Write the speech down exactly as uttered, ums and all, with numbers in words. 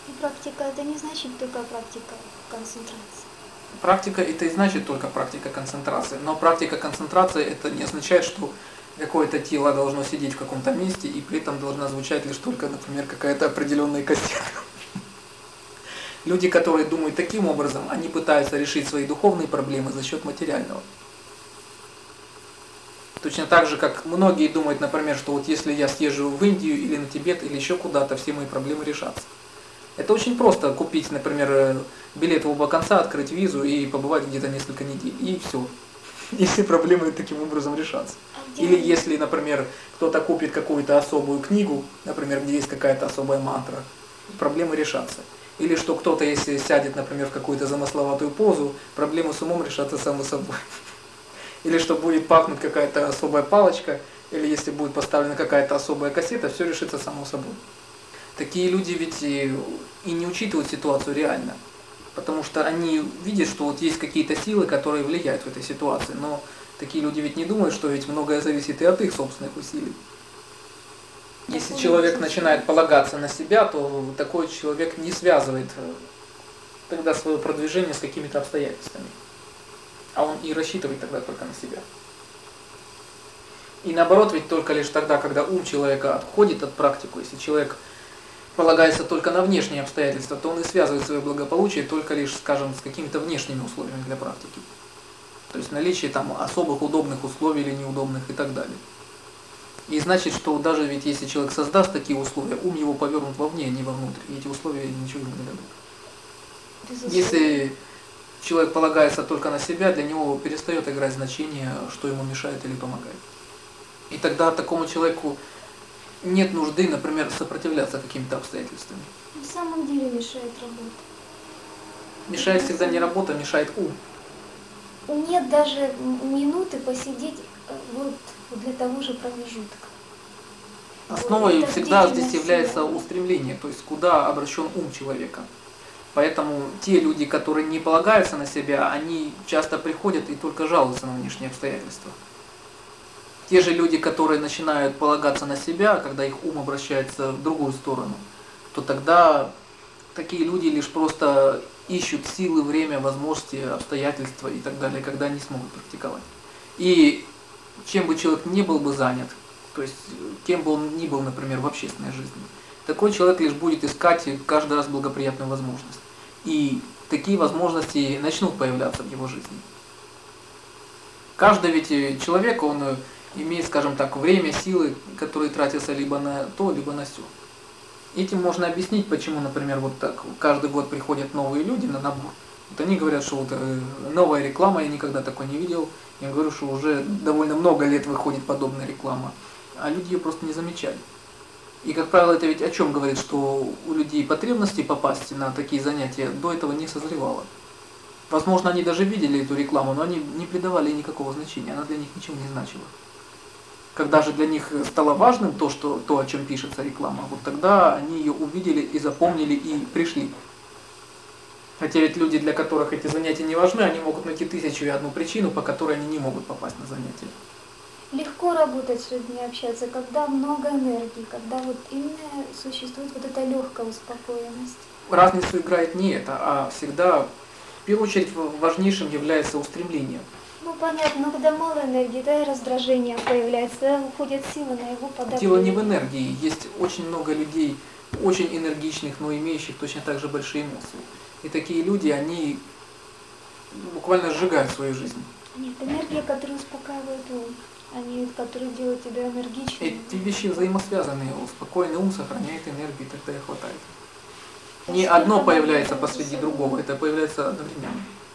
И практика это не значит только практика концентрации. Практика это и значит только практика концентрации. Но практика концентрации это не означает, что какое-то тело должно сидеть в каком-то месте и при этом должна звучать лишь только, например, какая-то определенная кассета. Люди, которые думают таким образом, они пытаются решить свои духовные проблемы за счет материального. Точно так же, как многие думают, например, что вот если я съезжу в Индию или на Тибет или еще куда-то, все мои проблемы решатся. Это очень просто купить, например, билет в оба конца, открыть визу и побывать где-то несколько недель. И все. И все проблемы таким образом решатся. Или если, например, кто-то купит какую-то особую книгу, например, где есть какая-то особая мантра, проблемы решатся. Или что кто-то, если сядет, например, в какую-то замысловатую позу, проблемы с умом решатся само собой. Или что будет пахнуть какая-то особая палочка, или если будет поставлена какая-то особая кассета, все решится само собой. Такие люди ведь и, и не учитывают ситуацию реально. Потому что они видят, что вот есть какие-то силы, которые влияют в этой ситуации. Но такие люди ведь не думают, что ведь многое зависит и от их собственных усилий. Если человек начинает полагаться на себя, то такой человек не связывает тогда свое продвижение с какими-то обстоятельствами. А он и рассчитывает тогда только на себя. И наоборот, ведь только лишь тогда, когда ум человека отходит от практики, если человек полагается только на внешние обстоятельства, то он и связывает свое благополучие только лишь, скажем, с какими-то внешними условиями для практики. То есть наличие там особых удобных условий или неудобных и так далее. И значит, что даже ведь если человек создаст такие условия, ум его повернут вовне, а не вовнутрь, и эти условия ничего ему не дадут. Если человек полагается только на себя, для него перестает играть значение, что ему мешает или помогает. И тогда такому человеку нет нужды, например, сопротивляться каким-то обстоятельствам. На самом деле мешает работа. Мешает всегда не работа, мешает ум. Нет даже минуты посидеть вот для того же промежутка. Основой всегда здесь является устремление, то есть куда обращен ум человека. Поэтому те люди, которые не полагаются на себя, они часто приходят и только жалуются на внешние обстоятельства. Те же люди, которые начинают полагаться на себя, когда их ум обращается в другую сторону, то тогда такие люди лишь просто ищут силы, время, возможности, обстоятельства и так далее, когда они смогут практиковать. И чем бы человек ни был бы занят, то есть кем бы он ни был, например, в общественной жизни, такой человек лишь будет искать каждый раз благоприятную возможность. И такие возможности начнут появляться в его жизни. Каждый ведь человек, он имеет, скажем так, время, силы, которые тратятся либо на то, либо на сё. Этим можно объяснить, почему, например, вот так каждый год приходят новые люди на набор. Вот они говорят, что вот новая реклама, я никогда такой не видел. Я говорю, что уже довольно много лет выходит подобная реклама, а люди ее просто не замечали. И, как правило, это ведь о чем говорит, что у людей потребности попасть на такие занятия до этого не созревало. Возможно, они даже видели эту рекламу, но они не придавали ей никакого значения, она для них ничего не значила. Когда же для них стало важным то, что, то, о чем пишется реклама, вот тогда они ее увидели и запомнили и пришли. Хотя ведь люди, для которых эти занятия не важны, они могут найти тысячу и одну причину, по которой они не могут попасть на занятия. Легко работать с людьми, общаться, когда много энергии, когда вот именно существует вот эта легкая успокоенность. Разницу играет не это, а всегда, в первую очередь, важнейшим является устремление. Ну понятно, но когда мало энергии, да и раздражение появляется, да, уходят силы на его подавление. Дело не в энергии, есть очень много людей, очень энергичных, но имеющих точно так же большие эмоции. И такие люди, они буквально сжигают свою жизнь. Нет, энергия, которая успокаивает ум, а не которая делает тебя энергичным. Эти вещи взаимосвязаны, спокойный ум сохраняет энергию, тогда и хватает. Не одно появляется посреди другого, это появляется одновременно.